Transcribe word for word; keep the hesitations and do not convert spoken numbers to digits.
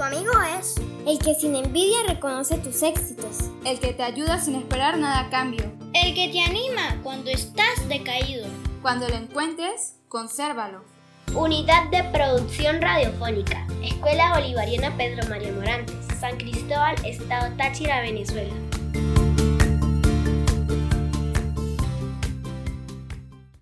amigo es el que sin envidia reconoce tus éxitos, el que te ayuda sin esperar nada a cambio, el que te anima cuando estás decaído. Cuando lo encuentres, consérvalo. Unidad de Producción Radiofónica, Escuela Bolivariana Pedro María Morantes, San Cristóbal, Estado Táchira, Venezuela.